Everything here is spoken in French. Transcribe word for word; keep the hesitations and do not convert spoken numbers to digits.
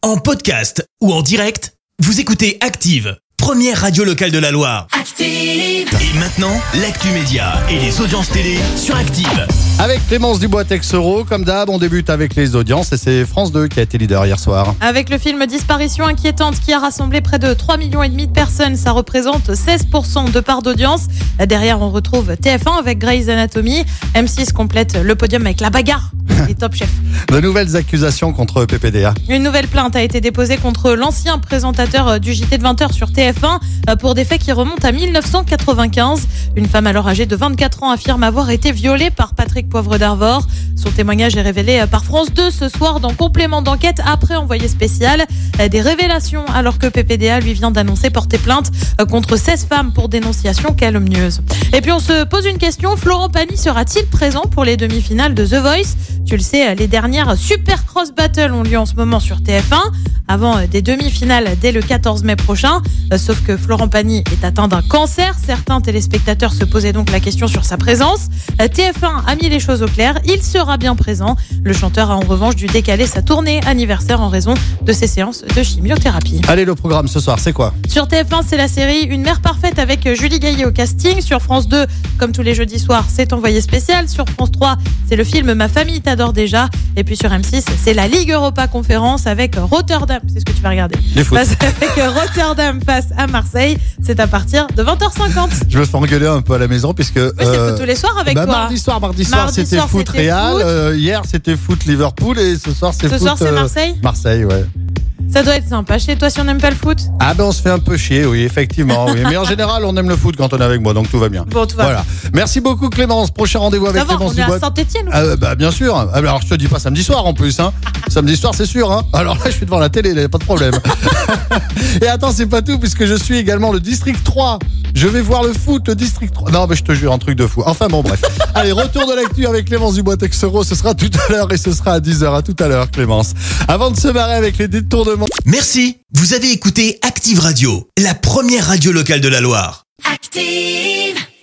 En podcast ou en direct, vous écoutez Active, première radio locale de la Loire. Active! Et maintenant, l'actu média et les audiences télé sur Active. Avec Clémence Dubois-Texero, comme d'hab, on débute avec les audiences et c'est France deux qui a été leader hier soir. Avec le film Disparition inquiétante qui a rassemblé près de trois virgule cinq millions de personnes, ça représente seize pour cent de part d'audience. Derrière, on retrouve T F un avec Grey's Anatomy. M six complète le podium avec la bagarre et Top Chef. De nouvelles accusations contre P P D A. Une nouvelle plainte a été déposée contre l'ancien présentateur du J T de vingt heures sur T F un pour des faits qui remontent à dix-neuf cent quatre-vingt-quinze. Une femme alors âgée de vingt-quatre ans affirme avoir été violée par Patrick Poivre d'Arvor. Son témoignage est révélé par France deux ce soir dans Complément d'enquête après Envoyé spécial. Des révélations alors que P P D A lui vient d'annoncer porter plainte contre seize femmes pour dénonciation calomnieuse. Et puis on se pose une question, Florent Pagny sera-t-il présent pour les demi-finales de The Voice ? Tu le sais, les dernières Super Cross Battle ont lieu en ce moment sur T F un, avant des demi-finales dès le quatorze mai prochain. Sauf que Florent Pagny est atteint d'un cancer. Certains téléspectateurs se posaient donc la question sur sa présence. T F un a mis les choses au clair, il sera bien présent. Le chanteur a en revanche dû décaler sa tournée anniversaire en raison de ses séances de chimiothérapie. Allez, le programme ce soir, c'est quoi ? Sur T F un, c'est la série Une mère parfaite avec Julie Gaillet au casting. Sur France deux, comme tous les jeudis soirs, c'est Envoyé spécial. Sur France trois, c'est le film Ma famille t'adore déjà. Et puis sur M six, c'est la Ligue Europa Conférence avec Rotterdam. C'est ce que tu vas regarder. Les foot. Face avec Rotterdam face à Marseille. C'est à partir de vingt heures cinquante. Je me fais engueuler un peu à la maison puisque... Oui, c'est euh, foot tous les soirs avec bah, toi. Mardi soir, mardi soir, Mardi c'était soir, foot c'était Real. foot. Euh, hier, c'était foot Liverpool et ce soir, c'est Ce foot... soir, c'est euh, Marseille. Marseille, ouais. Ça doit être sympa chez toi si on n'aime pas le foot. Ah ben on se fait un peu chier, oui, effectivement. Oui. Mais en général, on aime le foot quand on est avec moi, donc tout va bien. Bon, tout va Voilà. Merci beaucoup Clémence. Prochain rendez-vous avec Ça va, Clémence on est Dubois. à Saint-Etienne. Ah, bah bien sûr. Ah, alors je te dis pas samedi soir en plus, hein. Samedi soir c'est sûr, hein. Alors là je suis devant la télé, il n'y a pas de problème. Et attends, c'est pas tout puisque je suis également le district trois. Je vais voir le foot, le district trois. Non mais je te jure, un truc de fou. Enfin bon bref. Allez, retour de l'actu avec Clémence Dubois-Texero. Ce sera tout à l'heure et ce sera à dix heures. À tout à l'heure Clémence. Avant de se marrer avec les détournements. Merci, vous avez écouté Active Radio, la première radio locale de la Loire. Active!